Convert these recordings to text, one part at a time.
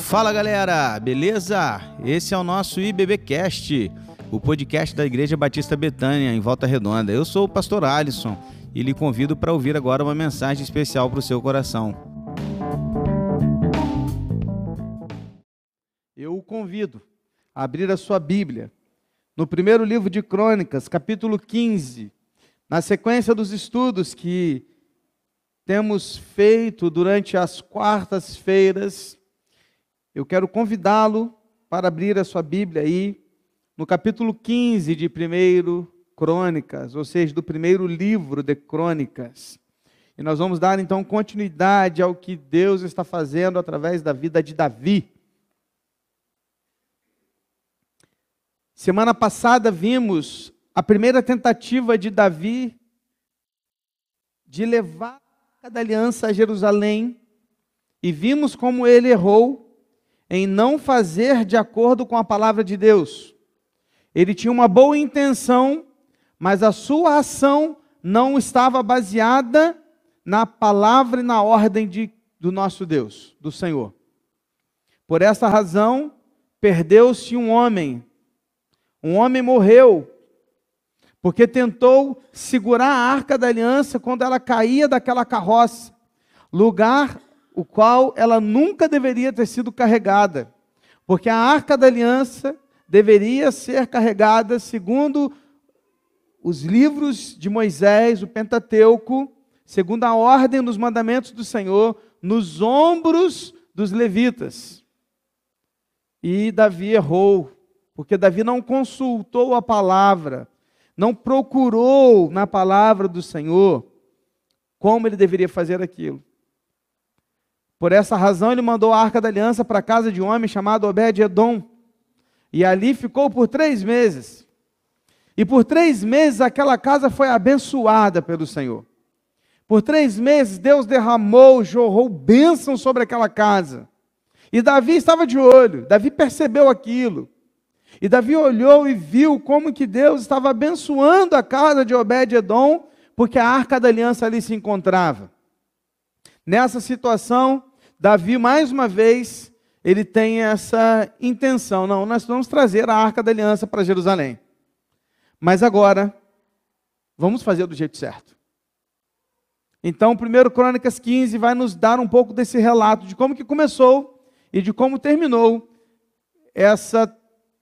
Fala galera, beleza? Esse é o nosso IBBcast, o podcast da Igreja Batista Betânia, em Volta Redonda. Eu sou o pastor Alisson e lhe convido para ouvir agora uma mensagem especial para o seu coração. Eu o convido a abrir a sua Bíblia no primeiro livro de Crônicas, capítulo 15, na sequência dos estudos que temos feito durante as quartas-feiras. Eu quero convidá-lo para abrir a sua Bíblia aí no capítulo 15 de 1 Crônicas, ou seja, do primeiro livro de Crônicas. E nós vamos dar então continuidade ao que Deus está fazendo através da vida de Davi. Semana passada vimos a primeira tentativa de Davi de levar a Arca da Aliança a Jerusalém e vimos como ele errou em não fazer de acordo com a palavra de Deus. Ele tinha uma boa intenção, mas a sua ação não estava baseada na palavra e na ordem do nosso Deus, do Senhor. Por essa razão, perdeu-se um homem. Um homem morreu, porque tentou segurar a Arca da Aliança quando ela caía daquela carroça, lugar o qual ela nunca deveria ter sido carregada, porque a Arca da Aliança deveria ser carregada segundo os livros de Moisés, o Pentateuco, segundo a ordem dos mandamentos do Senhor, nos ombros dos levitas. E Davi errou, porque Davi não consultou a palavra, não procurou na palavra do Senhor como ele deveria fazer aquilo. Por essa razão ele mandou a Arca da Aliança para a casa de um homem chamado Obed-Edom. E ali ficou por 3 meses. E por 3 meses aquela casa foi abençoada pelo Senhor. Por 3 meses Deus derramou, jorrou bênção sobre aquela casa. E Davi estava de olho, Davi percebeu aquilo. E Davi olhou e viu como que Deus estava abençoando a casa de Obed-Edom, porque a Arca da Aliança ali se encontrava. Nessa situação, Davi, mais uma vez, ele tem essa intenção. Não, nós vamos trazer a Arca da Aliança para Jerusalém. Mas agora, vamos fazer do jeito certo. Então, 1 Crônicas 15 vai nos dar um pouco desse relato de como que começou e de como terminou essa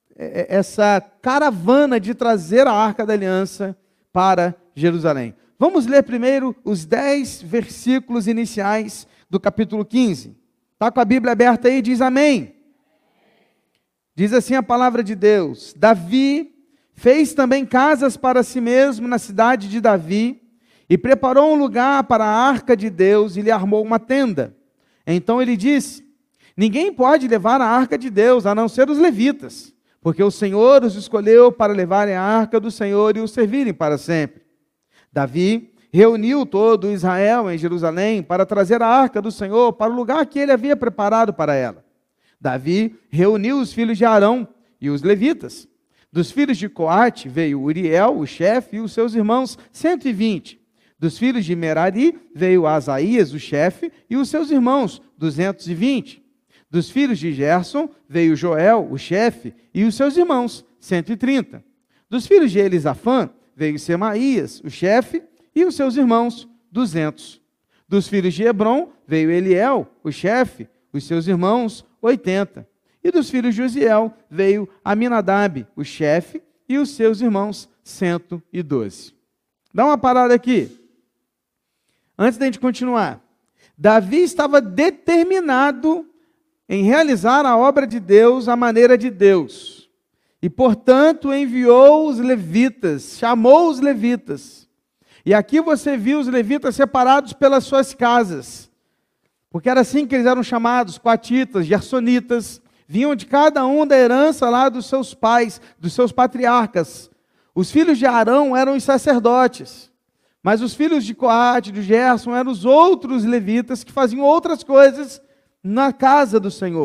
caravana de trazer a Arca da Aliança para Jerusalém. Vamos ler primeiro os 10 versículos iniciais do capítulo 15. Está com a Bíblia aberta aí? Diz amém. Diz assim a palavra de Deus: Davi fez também casas para si mesmo na cidade de Davi, e preparou um lugar para a arca de Deus, e lhe armou uma tenda. Então ele disse: ninguém pode levar a arca de Deus, a não ser os levitas, porque o Senhor os escolheu para levarem a arca do Senhor e o servirem para sempre. Davi reuniu todo Israel em Jerusalém para trazer a arca do Senhor para o lugar que ele havia preparado para ela. Davi reuniu os filhos de Arão e os levitas. Dos filhos de Coate veio Uriel, o chefe, e os seus irmãos, 120. Dos filhos de Merari veio Asaías, o chefe, e os seus irmãos, 220. Dos filhos de Gerson veio Joel, o chefe, e os seus irmãos, 130. Dos filhos de Elisafã veio Semaías, o chefe, e os seus irmãos, 200. Dos filhos de Hebron veio Eliel, o chefe, os seus irmãos, 80. E dos filhos de Uziel veio Aminadab, o chefe, e os seus irmãos, 112. Dá uma parada aqui. Antes de a gente continuar. Davi estava determinado em realizar a obra de Deus à maneira de Deus. E, portanto, enviou os levitas, chamou os levitas. E aqui você viu os levitas separados pelas suas casas. Porque era assim que eles eram chamados, coatitas, gersonitas. Vinham de cada um da herança lá dos seus pais, dos seus patriarcas. Os filhos de Arão eram os sacerdotes. Mas os filhos de Coate, de Gerson, eram os outros levitas que faziam outras coisas na casa do Senhor.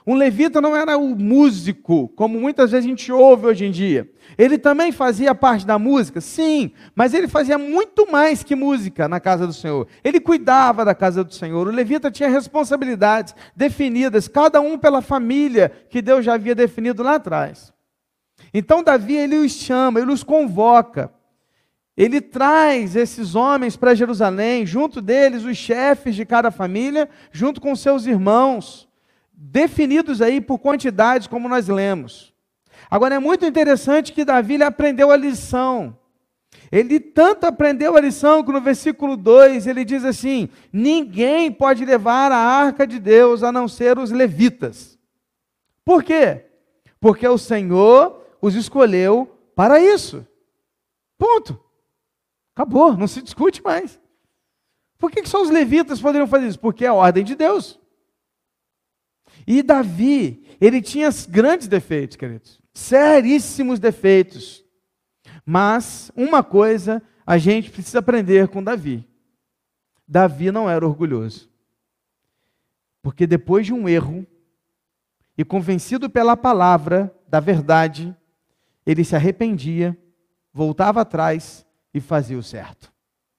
Um levita não era o músico, como muitas vezes a gente ouve hoje em dia. Ele também fazia parte da música? Sim, mas ele fazia muito mais que música na casa do Senhor. Ele cuidava da casa do Senhor. O levita tinha responsabilidades definidas, cada um pela família que Deus já havia definido lá atrás. Então Davi, ele os chama, ele os convoca. Ele traz esses homens para Jerusalém, junto deles os chefes de cada família, junto com seus irmãos, definidos aí por quantidades, como nós lemos. Agora é muito interessante que Davi ele aprendeu a lição. Ele tanto aprendeu a lição que no versículo 2 ele diz assim: ninguém pode levar a arca de Deus a não ser os levitas. Por quê? Porque o Senhor os escolheu para isso. Ponto. Acabou, não se discute mais. Por que só os levitas poderiam fazer isso? Porque é a ordem de Deus. E Davi, ele tinha grandes defeitos, queridos. Seríssimos defeitos. Mas uma coisa a gente precisa aprender com Davi. Davi não era orgulhoso. Porque depois de um erro, e convencido pela palavra da verdade, ele se arrependia, voltava atrás e fazia o certo.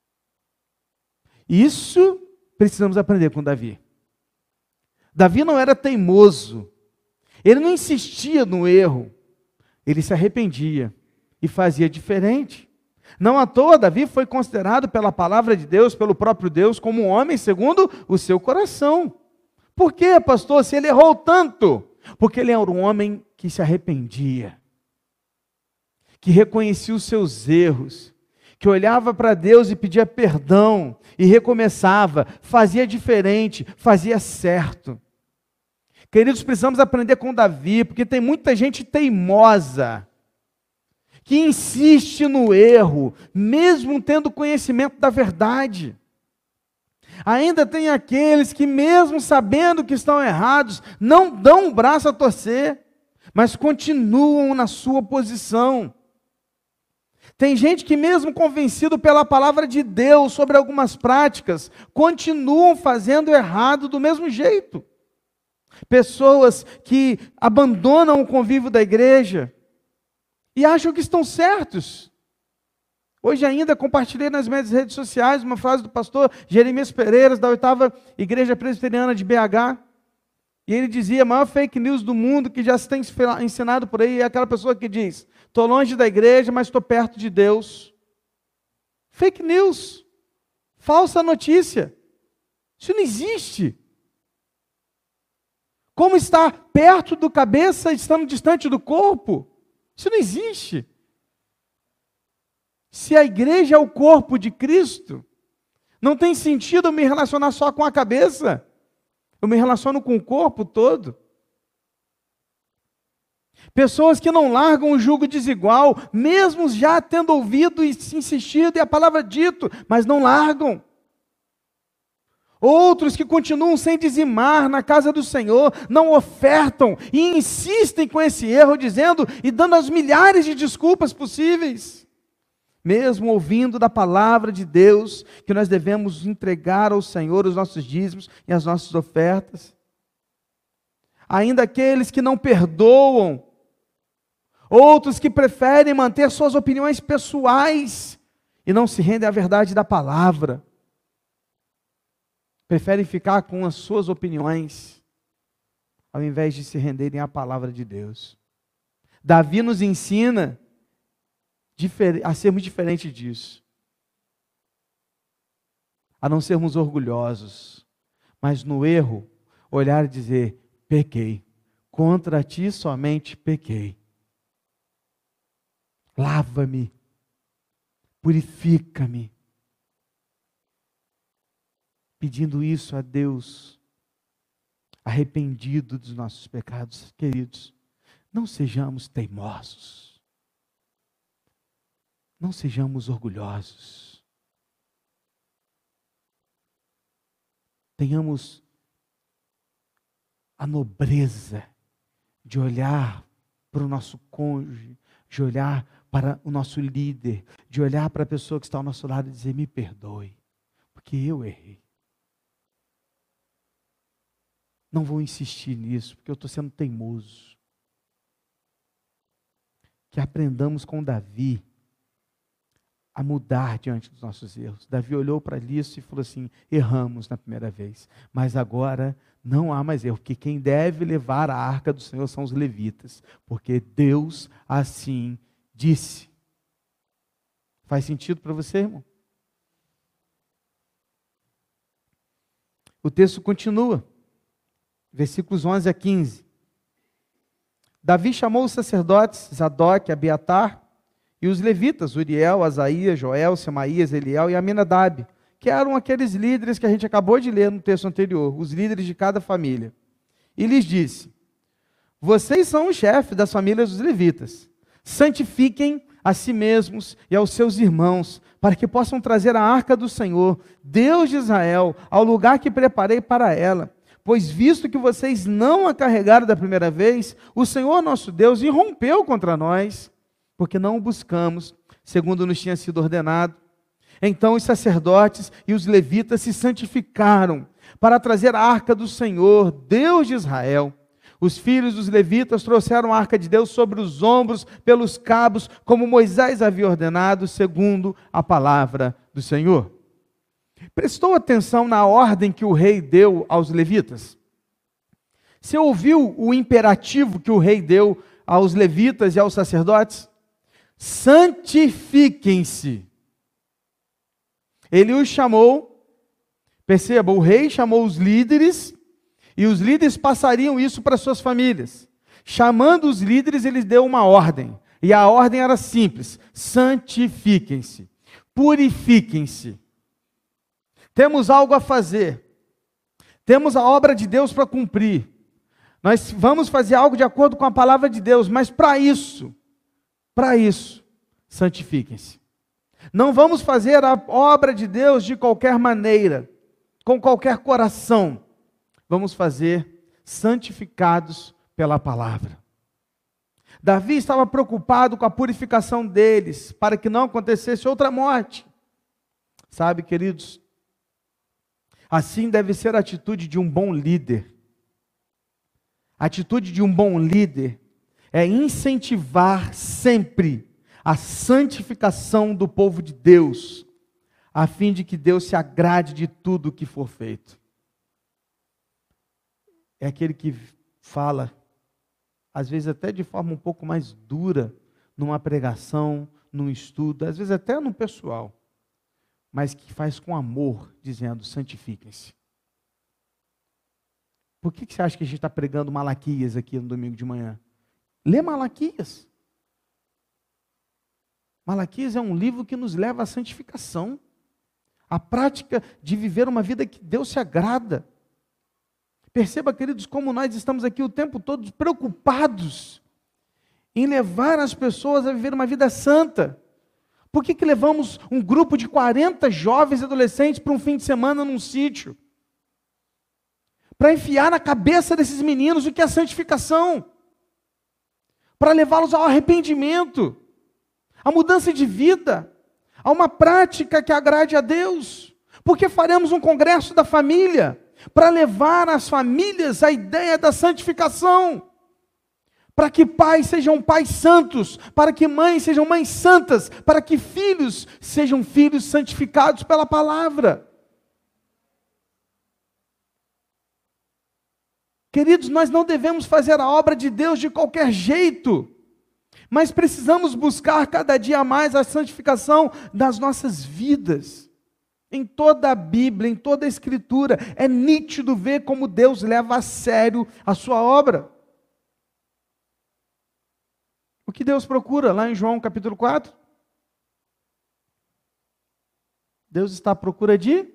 Isso precisamos aprender com Davi. Davi não era teimoso. Ele não insistia no erro. Ele se arrependia e fazia diferente. Não à toa, Davi foi considerado pela palavra de Deus, pelo próprio Deus, como um homem segundo o seu coração. Por quê, pastor, se ele errou tanto? Porque ele era um homem que se arrependia, que reconhecia os seus erros, que olhava para Deus e pedia perdão, e recomeçava, fazia diferente, fazia certo. Queridos, precisamos aprender com Davi, porque tem muita gente teimosa, que insiste no erro, mesmo tendo conhecimento da verdade. Ainda tem aqueles que, mesmo sabendo que estão errados, não dão o braço a torcer, mas continuam na sua posição. Tem gente que, mesmo convencido pela palavra de Deus sobre algumas práticas, continuam fazendo errado do mesmo jeito. Pessoas que abandonam o convívio da igreja e acham que estão certos. Hoje ainda compartilhei nas minhas redes sociais uma frase do pastor Jeremias Pereira, da 8ª Igreja Presbiteriana de BH. E ele dizia: a maior fake news do mundo que já se tem ensinado por aí é aquela pessoa que diz: estou longe da igreja, mas estou perto de Deus. Fake news. Falsa notícia. Isso não existe. Como estar perto do cabeça, estando distante do corpo? Isso não existe. Se a igreja é o corpo de Cristo, não tem sentido eu me relacionar só com a cabeça. Eu me relaciono com o corpo todo. Pessoas que não largam o jugo desigual, mesmo já tendo ouvido e insistido e a palavra dito, mas não largam. Outros que continuam sem dizimar na casa do Senhor, não ofertam e insistem com esse erro, dizendo e dando as milhares de desculpas possíveis. Mesmo ouvindo da palavra de Deus, que nós devemos entregar ao Senhor os nossos dízimos e as nossas ofertas. Ainda aqueles que não perdoam, outros que preferem manter suas opiniões pessoais e não se rendem à verdade da palavra. Preferem ficar com as suas opiniões, ao invés de se renderem à palavra de Deus. Davi nos ensina a sermos diferentes disso. A não sermos orgulhosos, mas no erro, olhar e dizer: pequei, contra ti somente pequei. Lava-me, purifica-me. Pedindo isso a Deus, arrependido dos nossos pecados. Queridos, não sejamos teimosos. Não sejamos orgulhosos. Tenhamos a nobreza de olhar para o nosso cônjuge, de olhar para o nosso líder, de olhar para a pessoa que está ao nosso lado e dizer: me perdoe, porque eu errei. Não vou insistir nisso, porque eu estou sendo teimoso. Que aprendamos com Davi a mudar diante dos nossos erros. Davi olhou para isso e falou assim: erramos na primeira vez, mas agora não há mais erro, porque quem deve levar a arca do Senhor são os levitas, porque Deus assim disse. Faz sentido para você, irmão? O texto continua, versículos 11 a 15. Davi chamou os sacerdotes Zadok, Abiatar, e os levitas, Uriel, Asaías, Joel, Semaías, Eliel e Aminadab, que eram aqueles líderes que a gente acabou de ler no texto anterior, os líderes de cada família. E lhes disse: vocês são os chefes das famílias dos levitas. Santifiquem a si mesmos e aos seus irmãos, para que possam trazer a arca do Senhor, Deus de Israel, ao lugar que preparei para ela. Pois visto que vocês não a carregaram da primeira vez, o Senhor nosso Deus irrompeu contra nós, porque não o buscamos, segundo nos tinha sido ordenado. Então os sacerdotes e os levitas se santificaram para trazer a arca do Senhor, Deus de Israel. Os filhos dos levitas trouxeram a arca de Deus sobre os ombros, pelos cabos, como Moisés havia ordenado, segundo a palavra do Senhor. Prestou atenção na ordem que o rei deu aos levitas? Você ouviu o imperativo que o rei deu aos levitas e aos sacerdotes? Santifiquem-se. Ele os chamou, perceba, o rei chamou os líderes, e os líderes passariam isso para suas famílias. Chamando os líderes, ele deu uma ordem, e a ordem era simples: santifiquem-se, purifiquem-se. Temos algo a fazer, temos a obra de Deus para cumprir, nós vamos fazer algo de acordo com a palavra de Deus, mas para isso, santifiquem-se. Não vamos fazer a obra de Deus de qualquer maneira, com qualquer coração. Vamos fazer santificados pela palavra. Davi estava preocupado com a purificação deles, para que não acontecesse outra morte. Sabe, queridos, assim deve ser a atitude de um bom líder. A atitude de um bom líder é incentivar sempre a santificação do povo de Deus, a fim de que Deus se agrade de tudo o que for feito. É aquele que fala, às vezes até de forma um pouco mais dura, numa pregação, num estudo, às vezes até no pessoal, mas que faz com amor, dizendo: santifiquem-se. Por que você acha que a gente está pregando Malaquias aqui no domingo de manhã? Lê Malaquias. Malaquias é um livro que nos leva à santificação, à prática de viver uma vida que Deus se agrada. Perceba, queridos, como nós estamos aqui o tempo todo preocupados em levar as pessoas a viver uma vida santa. Por que levamos um grupo de 40 jovens e adolescentes para um fim de semana num sítio? Para enfiar na cabeça desses meninos o que é santificação. Para levá-los ao arrependimento, à mudança de vida, a uma prática que agrade a Deus. Porque faremos um congresso da família para levar às famílias a ideia da santificação. Para que pais sejam pais santos, para que mães sejam mães santas, para que filhos sejam filhos santificados pela palavra. Queridos, nós não devemos fazer a obra de Deus de qualquer jeito, mas precisamos buscar cada dia mais a santificação das nossas vidas. Em toda a Bíblia, em toda a Escritura, é nítido ver como Deus leva a sério a sua obra. O que Deus procura lá em João capítulo 4? Deus está à procura de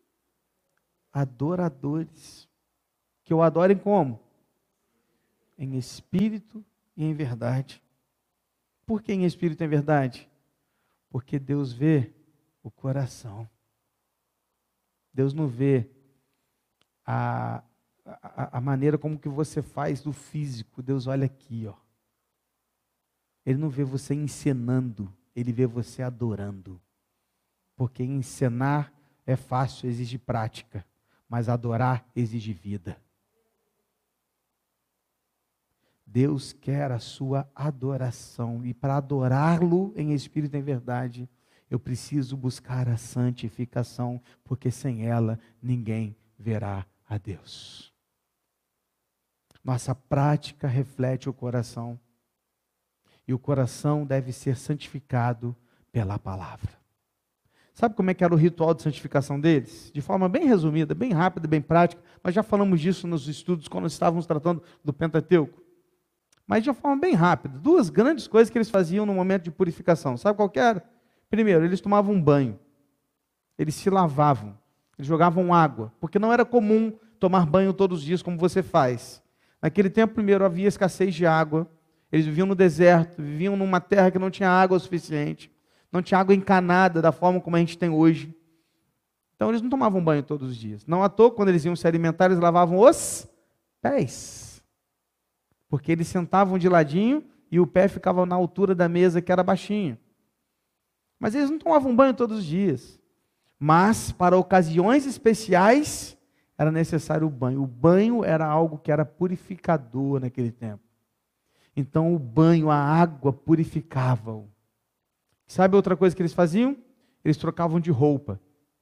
adoradores, que o adorem como? Em espírito e em verdade. Por que em espírito e em verdade? Porque Deus vê o coração. Deus não vê a maneira como que você faz do físico. Deus olha aqui, ó. Ele não vê você encenando, Ele vê você adorando. Porque encenar é fácil, exige prática, mas adorar exige vida. Deus quer a sua adoração. E para adorá-lo em espírito e em verdade, eu preciso buscar a santificação, porque sem ela ninguém verá a Deus. Nossa prática reflete o coração. E o coração deve ser santificado pela palavra. Sabe como é que era o ritual de santificação deles? De forma bem resumida, bem rápida, bem prática. Nós já falamos disso nos estudos quando estávamos tratando do Pentateuco. Mas de uma forma bem rápida. Duas grandes coisas que eles faziam no momento de purificação. Sabe qual que era? Primeiro, eles tomavam um banho. Eles se lavavam. Eles jogavam água. Porque não era comum tomar banho todos os dias como você faz. Naquele tempo, primeiro, havia escassez de água. Eles viviam no deserto, viviam numa terra que não tinha água o suficiente. Não tinha água encanada da forma como a gente tem hoje. Então eles não tomavam banho todos os dias. Não à toa, quando eles iam se alimentar, eles lavavam os pés. Porque eles sentavam de ladinho e o pé ficava na altura da mesa, que era baixinho. Mas eles não tomavam banho todos os dias. Mas, para ocasiões especiais, era necessário o banho. O banho era algo que era purificador naquele tempo. Então o banho, a água purificava-o. Sabe outra coisa que eles faziam? Eles trocavam de roupa.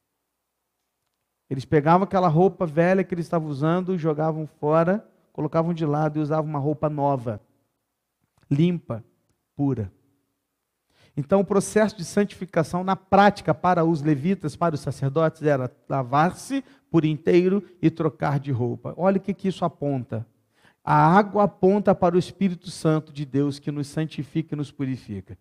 Eles pegavam aquela roupa velha que eles estavam usando, jogavam fora, colocavam de lado e usavam uma roupa nova, limpa, pura. Então o processo de santificação na prática para os levitas, para os sacerdotes, era lavar-se por inteiro e trocar de roupa. Olha o que isso aponta. A água aponta para o Espírito Santo de Deus que nos santifica e nos purifica.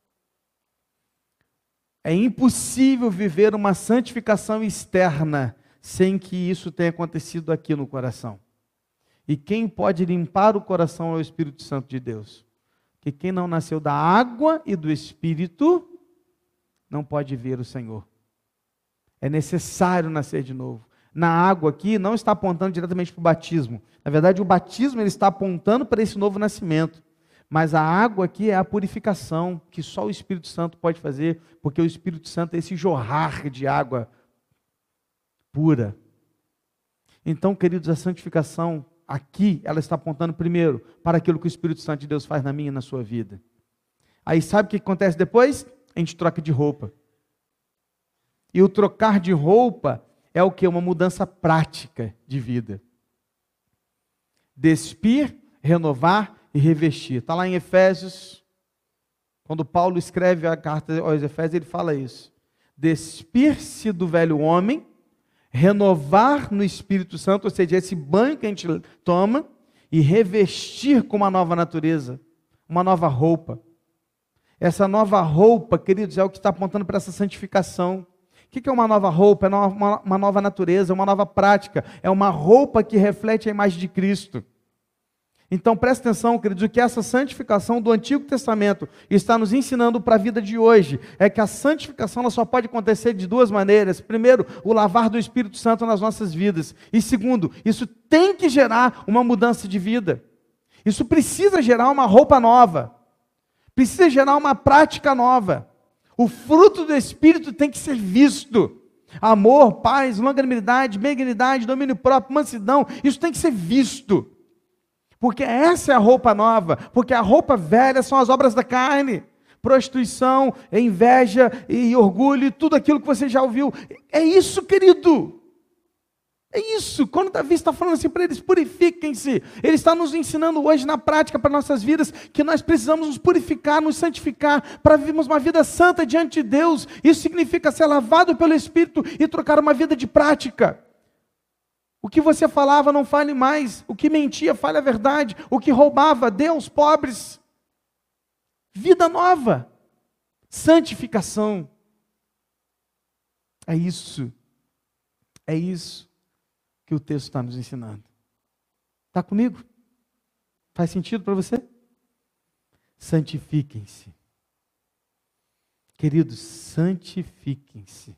É impossível viver uma santificação externa sem que isso tenha acontecido aqui no coração. E quem pode limpar o coração é o Espírito Santo de Deus. Que quem não nasceu da água e do Espírito não pode ver o Senhor. É necessário nascer de novo. Na água aqui não está apontando diretamente para o batismo. Na verdade, o batismo ele está apontando para esse novo nascimento. Mas a água aqui é a purificação que só o Espírito Santo pode fazer, porque o Espírito Santo é esse jorrar de água pura. Então, queridos, a santificação aqui, ela está apontando primeiro para aquilo que o Espírito Santo de Deus faz na minha e na sua vida. Aí sabe o que acontece depois? A gente troca de roupa. E o trocar de roupa é o que? Uma mudança prática de vida. Despir, renovar e revestir. Está lá em Efésios, quando Paulo escreve a carta aos Efésios, ele fala isso. Despir-se do velho homem, renovar no Espírito Santo, ou seja, esse banho que a gente toma, e revestir com uma nova natureza, uma nova roupa. Essa nova roupa, queridos, é o que está apontando para essa santificação. O que é uma nova roupa? É uma nova natureza, uma nova prática. É uma roupa que reflete a imagem de Cristo. Então, presta atenção, queridos, o que essa santificação do Antigo Testamento está nos ensinando para a vida de hoje é que a santificação ela só pode acontecer de duas maneiras. Primeiro, o lavar do Espírito Santo nas nossas vidas. E segundo, isso tem que gerar uma mudança de vida. Isso precisa gerar uma roupa nova. Precisa gerar uma prática nova. O fruto do Espírito tem que ser visto. Amor, paz, longanimidade, benignidade, domínio próprio, mansidão, isso tem que ser visto. Porque essa é a roupa nova, porque a roupa velha são as obras da carne. Prostituição, inveja e orgulho, tudo aquilo que você já ouviu. É isso, querido. É isso. Quando Davi está falando assim para eles, purifiquem-se. Ele está nos ensinando hoje na prática para nossas vidas que nós precisamos nos purificar, nos santificar para vivermos uma vida santa diante de Deus. Isso significa ser lavado pelo Espírito e trocar uma vida de prática. O que você falava, não fale mais. O que mentia, fale a verdade. O que roubava, dê aos pobres. Vida nova. Santificação. É isso. É isso que o texto está nos ensinando. Está comigo? Faz sentido para você? Santifiquem-se. Queridos, santifiquem-se.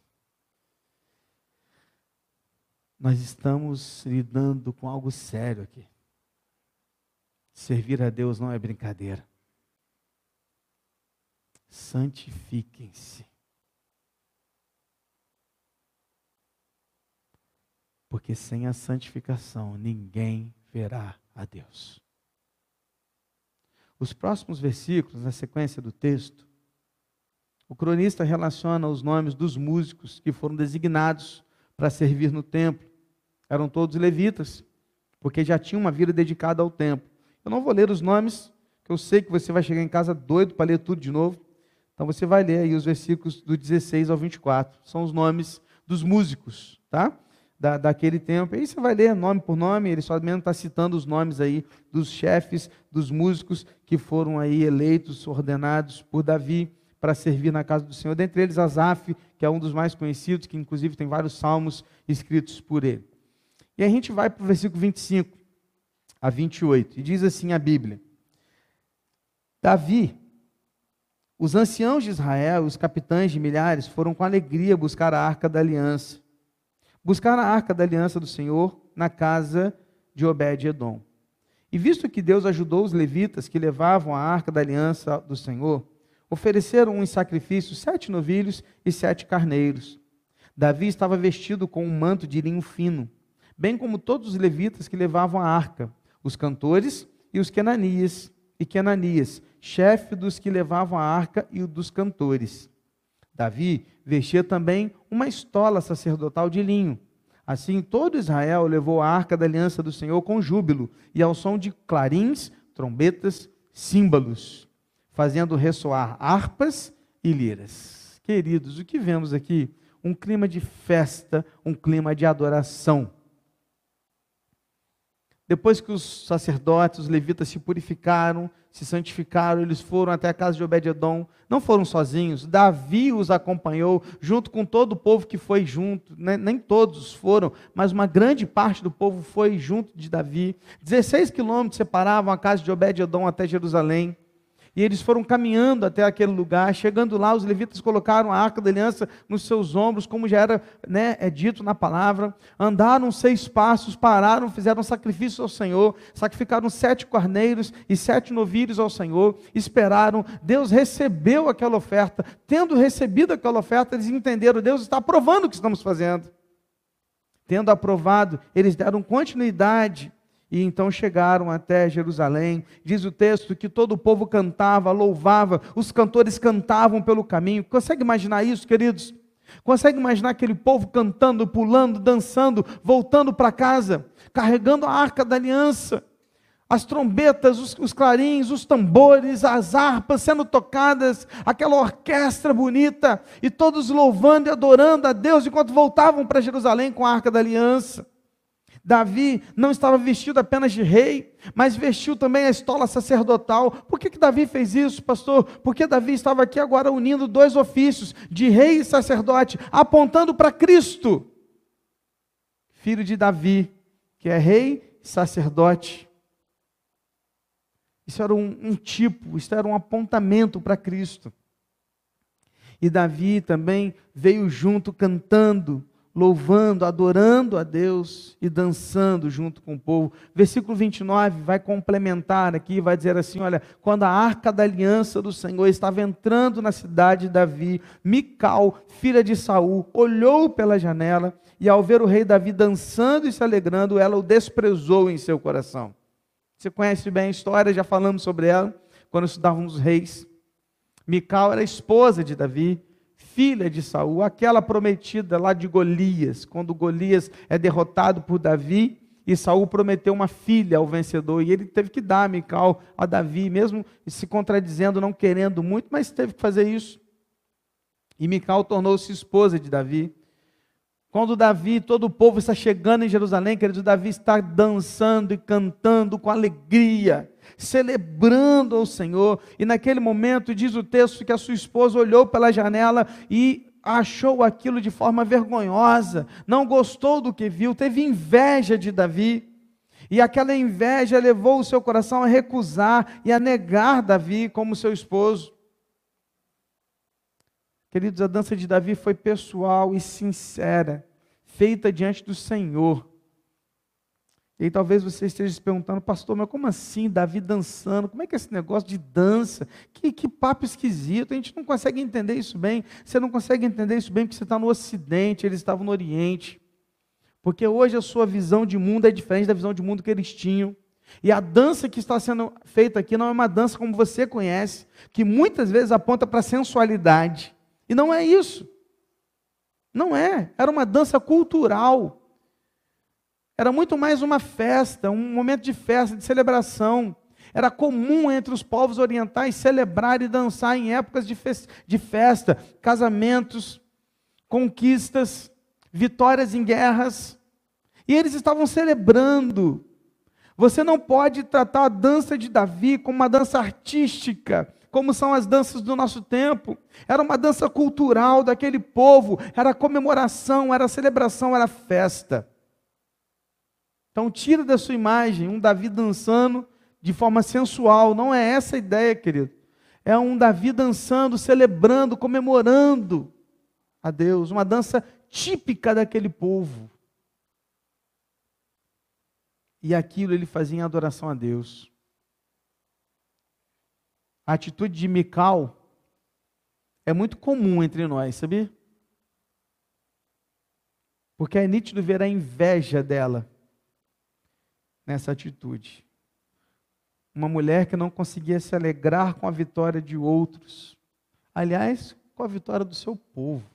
Nós estamos lidando com algo sério aqui. Servir a Deus não é brincadeira. Santifiquem-se. Porque sem a santificação ninguém verá a Deus. Os próximos versículos, na sequência do texto, o cronista relaciona os nomes dos músicos que foram designados para servir no templo. Eram todos levitas, porque já tinham uma vida dedicada ao templo. Eu não vou ler os nomes, que eu sei que você vai chegar em casa doido para ler tudo de novo. Então você vai ler aí os versículos do 16 ao 24. São os nomes dos músicos, tá? Daquele tempo. Aí você vai ler nome por nome, ele só mesmo está citando os nomes aí dos chefes, dos músicos que foram aí eleitos, ordenados por Davi para servir na casa do Senhor. Dentre eles Asaf, que é um dos mais conhecidos, que inclusive tem vários salmos escritos por ele. E a gente vai para o versículo 25 a 28, e diz assim a Bíblia: Davi, os anciãos de Israel, os capitães de milhares, foram com alegria buscar a arca da aliança. Buscar a arca da aliança do Senhor na casa de Obed-edom. E visto que Deus ajudou os levitas que levavam a arca da aliança do Senhor, ofereceram em sacrifício 7 novilhos e 7 carneiros. Davi estava vestido com um manto de linho fino, bem como todos os levitas que levavam a arca, os cantores e os Quenanias, chefe dos que levavam a arca e o dos cantores. Davi vestia também uma estola sacerdotal de linho. Assim, todo Israel levou a arca da aliança do Senhor com júbilo, e ao som de clarins, trombetas, símbolos, fazendo ressoar harpas e liras. Queridos, o que vemos aqui? Um clima de festa, um clima de adoração. Depois que os sacerdotes, os levitas se purificaram, se santificaram, eles foram até a casa de Obed-edom, não foram sozinhos, Davi os acompanhou, junto com todo o povo que foi junto, nem todos foram, mas uma grande parte do povo foi junto de Davi. 16 quilômetros separavam a casa de Obed-edom até Jerusalém, e eles foram caminhando até aquele lugar. Chegando lá, os levitas colocaram a arca da aliança nos seus ombros, como já era dito na palavra. Andaram 6 passos, pararam, fizeram sacrifício ao Senhor, sacrificaram 7 carneiros e 7 novilhos ao Senhor, esperaram. Deus recebeu aquela oferta. Tendo recebido aquela oferta, eles entenderam: Deus está aprovando o que estamos fazendo. Tendo aprovado, eles deram continuidade. E então chegaram até Jerusalém. Diz o texto que todo o povo cantava, louvava, os cantores cantavam pelo caminho. Consegue imaginar isso, queridos? Consegue imaginar aquele povo cantando, pulando, dançando, voltando para casa, carregando a arca da aliança, as trombetas, os clarins, os tambores, as harpas sendo tocadas, aquela orquestra bonita, e todos louvando e adorando a Deus enquanto voltavam para Jerusalém com a arca da aliança. Davi não estava vestido apenas de rei, mas vestiu também a estola sacerdotal. Por que Davi fez isso, pastor? Porque Davi estava aqui agora unindo 2 ofícios, de rei e sacerdote, apontando para Cristo, filho de Davi, que é rei e sacerdote. Isso era um tipo, isso era um apontamento para Cristo. E Davi também veio junto cantando, louvando, adorando a Deus e dançando junto com o povo. Versículo 29 vai complementar aqui, vai dizer assim: olha, quando a arca da aliança do Senhor estava entrando na cidade de Davi, Mical, filha de Saul, olhou pela janela, e ao ver o rei Davi dançando e se alegrando, ela o desprezou em seu coração. Você conhece bem a história, já falamos sobre ela, quando estudávamos os reis. Mical era esposa de Davi, filha de Saul, aquela prometida lá de Golias, quando Golias é derrotado por Davi, e Saul prometeu uma filha ao vencedor, e ele teve que dar Mical a Davi, mesmo se contradizendo, não querendo muito, mas teve que fazer isso. E Mical tornou-se esposa de Davi. Quando Davi, todo o povo está chegando em Jerusalém, queridos, Davi está dançando e cantando com alegria, celebrando ao Senhor, e naquele momento diz o texto que a sua esposa olhou pela janela e achou aquilo de forma vergonhosa, não gostou do que viu, teve inveja de Davi, e aquela inveja levou o seu coração a recusar e a negar Davi como seu esposo. Queridos, a dança de Davi foi pessoal e sincera, feita diante do Senhor. E aí talvez você esteja se perguntando: pastor, mas como assim Davi dançando? Como é que é esse negócio de dança? Que papo esquisito, a gente não consegue entender isso bem. Você não consegue entender isso bem porque você está no Ocidente, eles estavam no Oriente. Porque hoje a sua visão de mundo é diferente da visão de mundo que eles tinham. E a dança que está sendo feita aqui não é uma dança como você conhece, que muitas vezes aponta para a sensualidade. E não é isso. Não é. Era uma dança cultural. Era muito mais uma festa, um momento de festa, de celebração. Era comum entre os povos orientais celebrar e dançar em épocas de festa, casamentos, conquistas, vitórias em guerras. E eles estavam celebrando. Você não pode tratar a dança de Davi como uma dança artística, como são as danças do nosso tempo. Era uma dança cultural daquele povo, era comemoração, era celebração, era festa. Então tira da sua imagem um Davi dançando de forma sensual, não é essa a ideia, querido. É um Davi dançando, celebrando, comemorando a Deus, uma dança típica daquele povo. E aquilo ele fazia em adoração a Deus. A atitude de Mical é muito comum entre nós, sabia? Porque é nítido ver a inveja dela nessa atitude. Uma mulher que não conseguia se alegrar com a vitória de outros. Aliás, com a vitória do seu povo.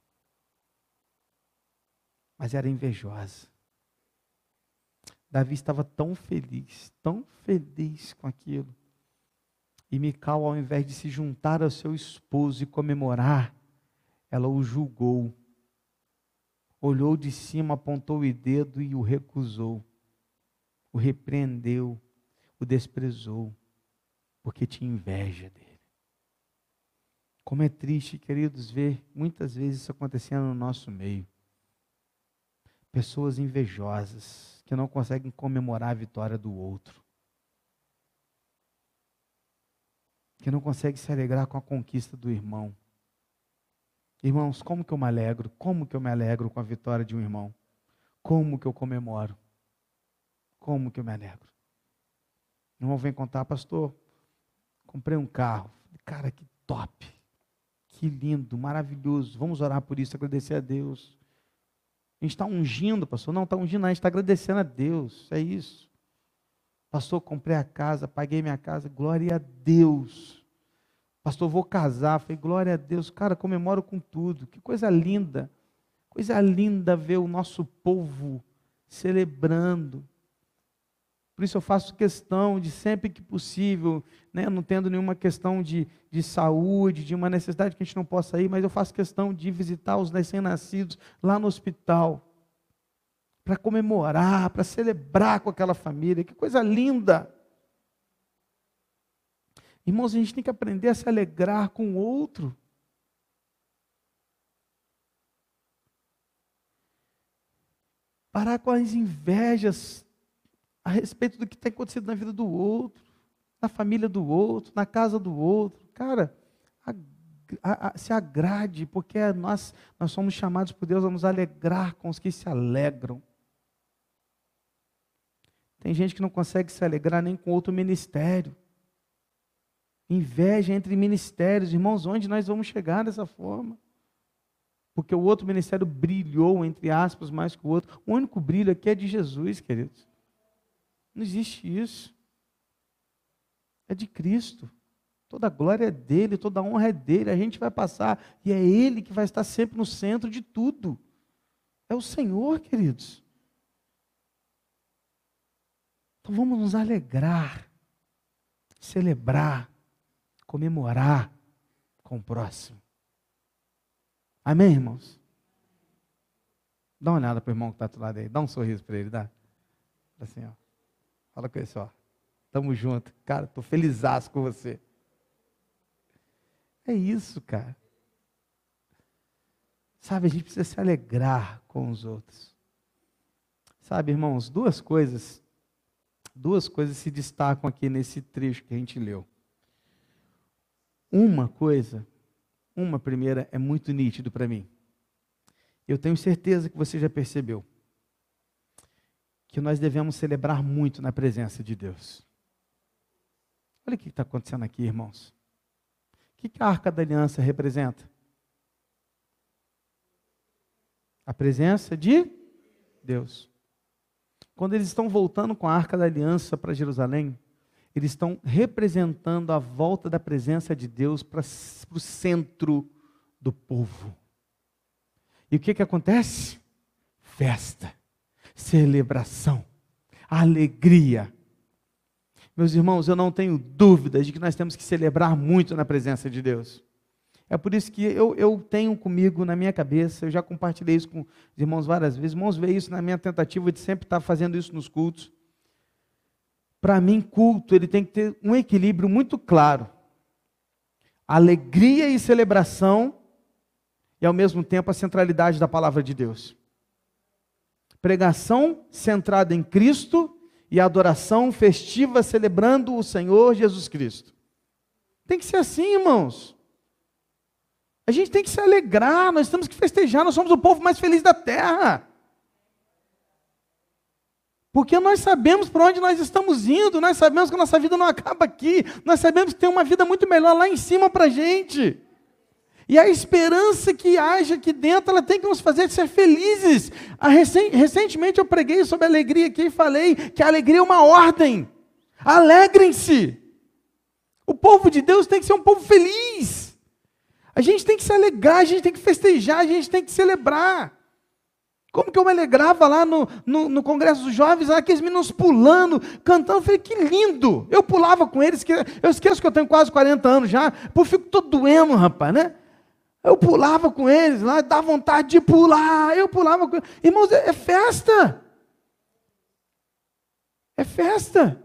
Mas era invejosa. Davi estava tão feliz com aquilo. E Mical, ao invés de se juntar ao seu esposo e comemorar, ela o julgou. Olhou de cima, apontou o dedo e o recusou. O repreendeu, o desprezou, porque tinha inveja dele. Como é triste, queridos, ver muitas vezes isso acontecendo no nosso meio. Pessoas invejosas, que não conseguem comemorar a vitória do outro. Que não conseguem se alegrar com a conquista do irmão. Irmãos, como que eu me alegro? Como que eu me alegro com a vitória de um irmão? Como que eu comemoro? Como que eu me alegro? O irmão vem contar, pastor, comprei um carro. Cara, que top. Que lindo, maravilhoso. Vamos orar por isso, agradecer a Deus. A gente está ungindo, pastor. Não está ungindo, a gente está agradecendo a Deus. É isso. Pastor, comprei a casa, paguei minha casa. Glória a Deus. Pastor, vou casar. Falei, glória a Deus. Cara, comemoro com tudo. Que coisa linda. Coisa linda ver o nosso povo celebrando. Por isso eu faço questão de, sempre que possível, né, não tendo nenhuma questão de saúde, de uma necessidade que a gente não possa ir, mas eu faço questão de visitar os recém-nascidos lá no hospital, para comemorar, para celebrar com aquela família. Que coisa linda! Irmãos, a gente tem que aprender a se alegrar com o outro. Parar com as invejas a respeito do que tem acontecido na vida do outro, na família do outro, na casa do outro. Cara, se agrade, porque nós somos chamados por Deus a nos alegrar com os que se alegram. Tem gente que não consegue se alegrar nem com outro ministério. Inveja entre ministérios. Irmãos, onde nós vamos chegar dessa forma? Porque o outro ministério brilhou, entre aspas, mais que o outro. O único brilho aqui é de Jesus, queridos. Não existe isso. É de Cristo. Toda a glória é dele, toda a honra é dele. A gente vai passar e é ele que vai estar sempre no centro de tudo. É o Senhor, queridos. Então vamos nos alegrar, celebrar, comemorar com o próximo. Amém, irmãos? Dá uma olhada para o irmão que está do lado aí. Dá um sorriso para ele, dá. Assim, ó. Fala com ele só. Tamo junto. Cara, estou felizaço com você. É isso, cara. Sabe, a gente precisa se alegrar com os outros. Sabe, irmãos, duas coisas se destacam aqui nesse trecho que a gente leu. Uma primeira, é muito nítido para mim. Eu tenho certeza que você já percebeu. Que nós devemos celebrar muito na presença de Deus. Olha o que está acontecendo aqui, irmãos. O que a Arca da Aliança representa? A presença de Deus. quando eles estão voltando com a Arca da Aliança para Jerusalém, eles estão representando a volta da presença de Deus para o centro do povo. E o que acontece? Festa, celebração, alegria. Meus irmãos, eu não tenho dúvidas de que nós temos que celebrar muito na presença de Deus. É por isso que eu tenho comigo na minha cabeça, eu já compartilhei isso com os irmãos várias vezes, irmãos, veem isso na minha tentativa de sempre estar fazendo isso nos cultos. Para mim, culto, ele tem que ter um equilíbrio muito claro. Alegria e celebração, e ao mesmo tempo a centralidade da palavra de Deus. Pregação centrada em Cristo e adoração festiva celebrando o Senhor Jesus Cristo. Tem que ser assim, irmãos. A gente tem que se alegrar, nós temos que festejar, nós somos o povo mais feliz da terra. Porque nós sabemos para onde nós estamos indo, nós sabemos que a nossa vida não acaba aqui, nós sabemos que tem uma vida muito melhor lá em cima para a gente. E a esperança que haja aqui dentro, ela tem que nos fazer ser felizes. Recentemente eu preguei sobre alegria aqui e falei que a alegria é uma ordem. Alegrem-se. O povo de Deus tem que ser um povo feliz. A gente tem que se alegrar, a gente tem que festejar, a gente tem que celebrar. Como que eu me alegrava lá no Congresso dos Jovens, aqueles meninos pulando, cantando, eu falei, que lindo. Eu pulava com eles, eu esqueço que eu tenho quase 40 anos já, pô, fico todo doendo, rapaz, né? Eu pulava com eles lá, dá vontade de pular, eu pulava com eles. Irmãos, é festa. É festa.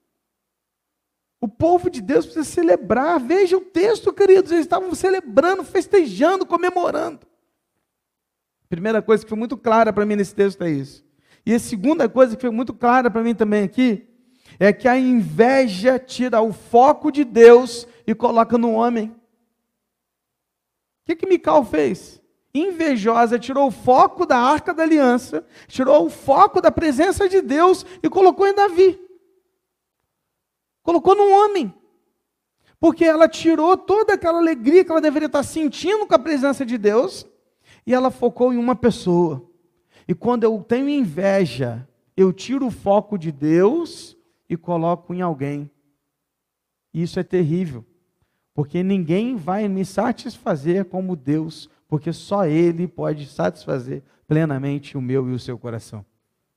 O povo de Deus precisa celebrar. Veja o texto, queridos, eles estavam celebrando, festejando, comemorando. Primeira coisa que foi muito clara para mim nesse texto é isso. E a segunda coisa que foi muito clara para mim também aqui, é que a inveja tira o foco de Deus e coloca no homem. O que Mical fez? Invejosa, tirou o foco da Arca da Aliança, tirou o foco da presença de Deus e colocou em Davi. Colocou num homem. Porque ela tirou toda aquela alegria que ela deveria estar sentindo com a presença de Deus e ela focou em uma pessoa. E quando eu tenho inveja, eu tiro o foco de Deus e coloco em alguém. Isso é terrível. Porque ninguém vai me satisfazer como Deus, porque só Ele pode satisfazer plenamente o meu e o seu coração.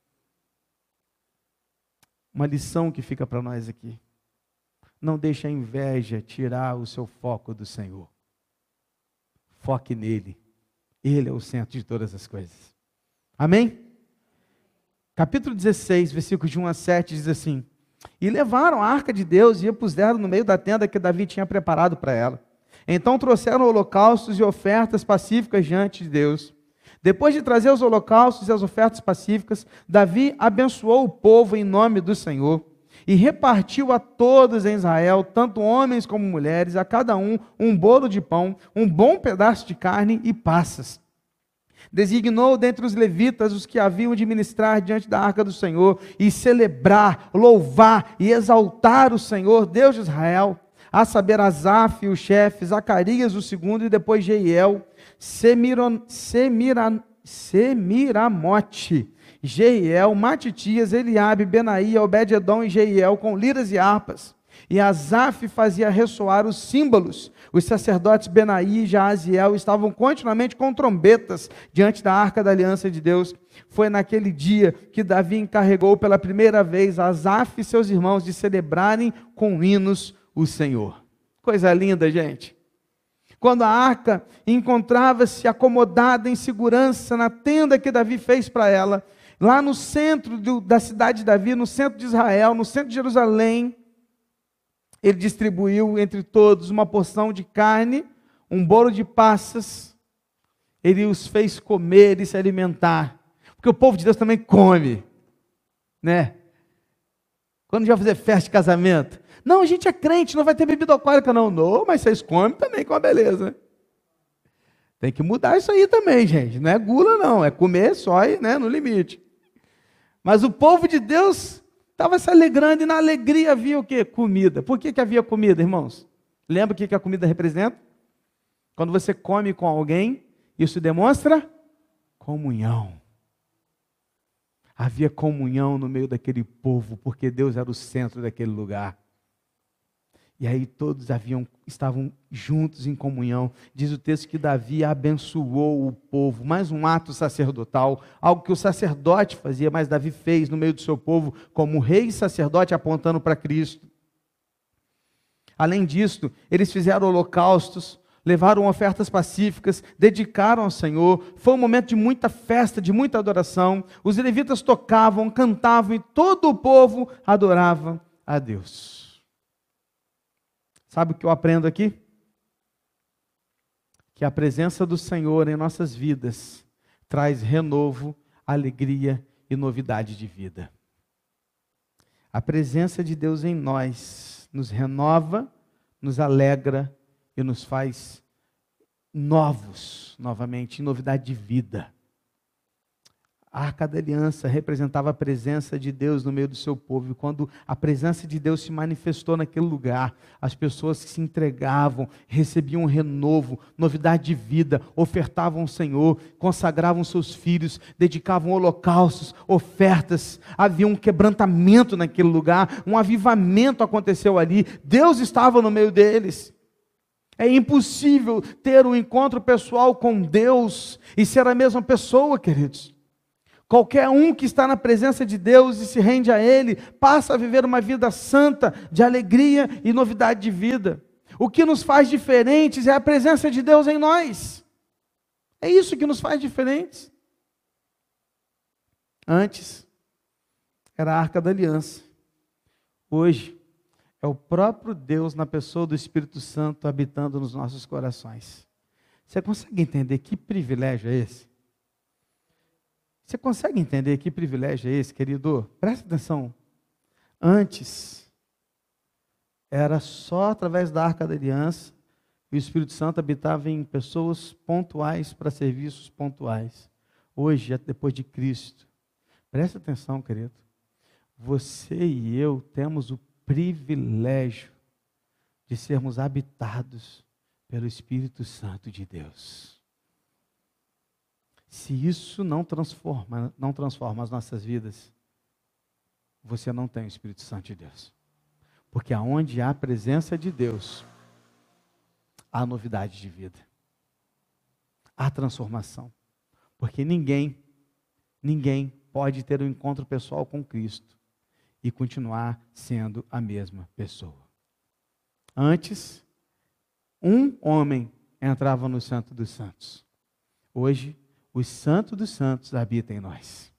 Uma lição que fica para nós aqui. Não deixe a inveja tirar o seu foco do Senhor. Foque nele. Ele é o centro de todas as coisas. Amém? Capítulo 16, versículos de 1 a 7, diz assim: E levaram a arca de Deus e a puseram no meio da tenda que Davi tinha preparado para ela. Então trouxeram holocaustos e ofertas pacíficas diante de Deus. Depois de trazer os holocaustos e as ofertas pacíficas, Davi abençoou o povo em nome do Senhor e repartiu a todos em Israel, tanto homens como mulheres, a cada um bolo de pão, um bom pedaço de carne e passas. Designou dentre os levitas os que haviam de ministrar diante da arca do Senhor e celebrar, louvar e exaltar o Senhor, Deus de Israel, a saber Asaf, o chefe, Zacarias, o segundo, e depois Jeiel, Semiramote, Jeiel, Matitias, Eliabe, Benaía, Obed-edom e Jeiel, com liras e harpas. E Asaf fazia ressoar os símbolos. Os sacerdotes Benaí e Jaaziel estavam continuamente com trombetas diante da arca da aliança de Deus. Foi naquele dia que Davi encarregou pela primeira vez Asaf e seus irmãos de celebrarem com hinos o Senhor. Coisa linda, gente. Quando a arca encontrava-se acomodada em segurança na tenda que Davi fez para ela, lá no centro da cidade de Davi, no centro de Israel, no centro de Jerusalém, ele distribuiu entre todos uma porção de carne, um bolo de passas, ele os fez comer e se alimentar, porque o povo de Deus também come, né? Quando a gente vai fazer festa de casamento, não, a gente é crente, não vai ter bebida alcoólica não, não, mas vocês comem também com a beleza. Tem que mudar isso aí também, gente, não é gula não, é comer só, né, no limite. Mas o povo de Deus estava se alegrando, e na alegria havia o quê? Comida. Por que havia comida, irmãos? Lembra o que a comida representa? Quando você come com alguém, isso demonstra comunhão. Havia comunhão no meio daquele povo, porque Deus era o centro daquele lugar. E aí todos estavam juntos em comunhão. Diz o texto que Davi abençoou o povo. Mais um ato sacerdotal, algo que o sacerdote fazia, mas Davi fez no meio do seu povo, como rei e sacerdote apontando para Cristo. Além disso, eles fizeram holocaustos, levaram ofertas pacíficas, dedicaram ao Senhor. Foi um momento de muita festa, de muita adoração. Os levitas tocavam, cantavam e todo o povo adorava a Deus. Sabe o que eu aprendo aqui? Que a presença do Senhor em nossas vidas traz renovo, alegria e novidade de vida. A presença de Deus em nós nos renova, nos alegra e nos faz novos, novamente, em novidade de vida. A Arca da Aliança representava a presença de Deus no meio do seu povo. E quando a presença de Deus se manifestou naquele lugar, as pessoas que se entregavam, recebiam um renovo, novidade de vida, ofertavam ao Senhor, consagravam seus filhos, dedicavam holocaustos, ofertas. Havia um quebrantamento naquele lugar, um avivamento aconteceu ali. Deus estava no meio deles. É impossível ter um encontro pessoal com Deus e ser a mesma pessoa, queridos. Qualquer um que está na presença de Deus e se rende a Ele, passa a viver uma vida santa, de alegria e novidade de vida. O que nos faz diferentes é a presença de Deus em nós. É isso que nos faz diferentes. Antes, era a Arca da Aliança. Hoje, é o próprio Deus na pessoa do Espírito Santo habitando nos nossos corações. Você consegue entender que privilégio é esse? Você consegue entender que privilégio é esse, querido? Presta atenção. Antes, era só através da Arca da Aliança, e o Espírito Santo habitava em pessoas pontuais para serviços pontuais. Hoje, depois de Cristo, presta atenção, querido. Você e eu temos o privilégio de sermos habitados pelo Espírito Santo de Deus. Se isso não transforma as nossas vidas, você não tem o Espírito Santo de Deus. Porque aonde há a presença de Deus, há novidade de vida. Há transformação. Porque ninguém pode ter um encontro pessoal com Cristo e continuar sendo a mesma pessoa. Antes, um homem entrava no Santo dos Santos. Hoje, o Santo dos Santos habita em nós.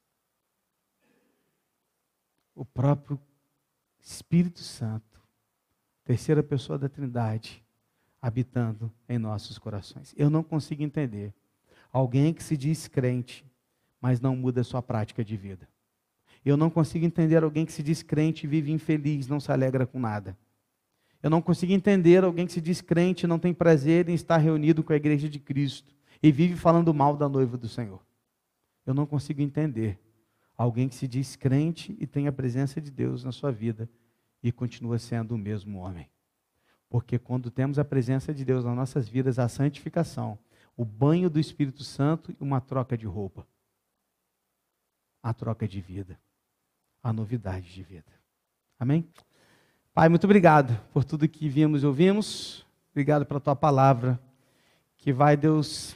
O próprio Espírito Santo, terceira pessoa da Trindade, habitando em nossos corações. Eu não consigo entender alguém que se diz crente, mas não muda a sua prática de vida. Eu não consigo entender alguém que se diz crente e vive infeliz, não se alegra com nada. Eu não consigo entender alguém que se diz crente e não tem prazer em estar reunido com a igreja de Cristo e vive falando mal da noiva do Senhor. Eu não consigo entender alguém que se diz crente e tem a presença de Deus na sua vida e continua sendo o mesmo homem. Porque quando temos a presença de Deus nas nossas vidas, a santificação, o banho do Espírito Santo e uma troca de roupa. A troca de vida. A novidade de vida. Amém? Pai, muito obrigado por tudo que vimos e ouvimos. Obrigado pela tua palavra, que vai, Deus,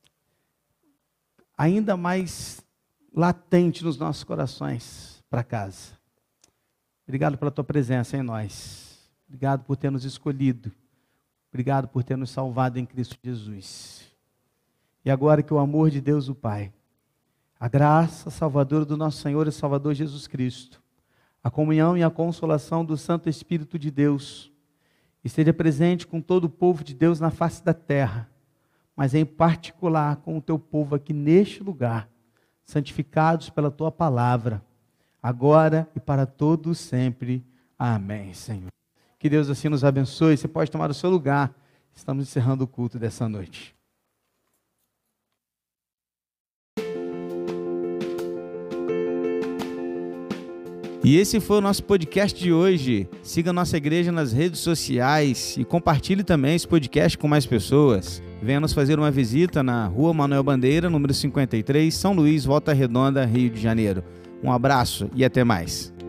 ainda mais latente nos nossos corações para casa. Obrigado pela tua presença em nós. Obrigado por ter nos escolhido. Obrigado por ter nos salvado em Cristo Jesus. E agora que o amor de Deus, o Pai, a graça salvadora do nosso Senhor e Salvador Jesus Cristo, a comunhão e a consolação do Santo Espírito de Deus, esteja presente com todo o povo de Deus na face da terra, mas em particular com o teu povo aqui neste lugar, santificados pela tua palavra, agora e para todos sempre. Amém, Senhor. Que Deus assim nos abençoe. Você pode tomar o seu lugar. Estamos encerrando o culto dessa noite. E esse foi o nosso podcast de hoje. Siga a nossa igreja nas redes sociais e compartilhe também esse podcast com mais pessoas. Venha nos fazer uma visita na Rua Manuel Bandeira, número 53, São Luís, Volta Redonda, Rio de Janeiro. Um abraço e até mais.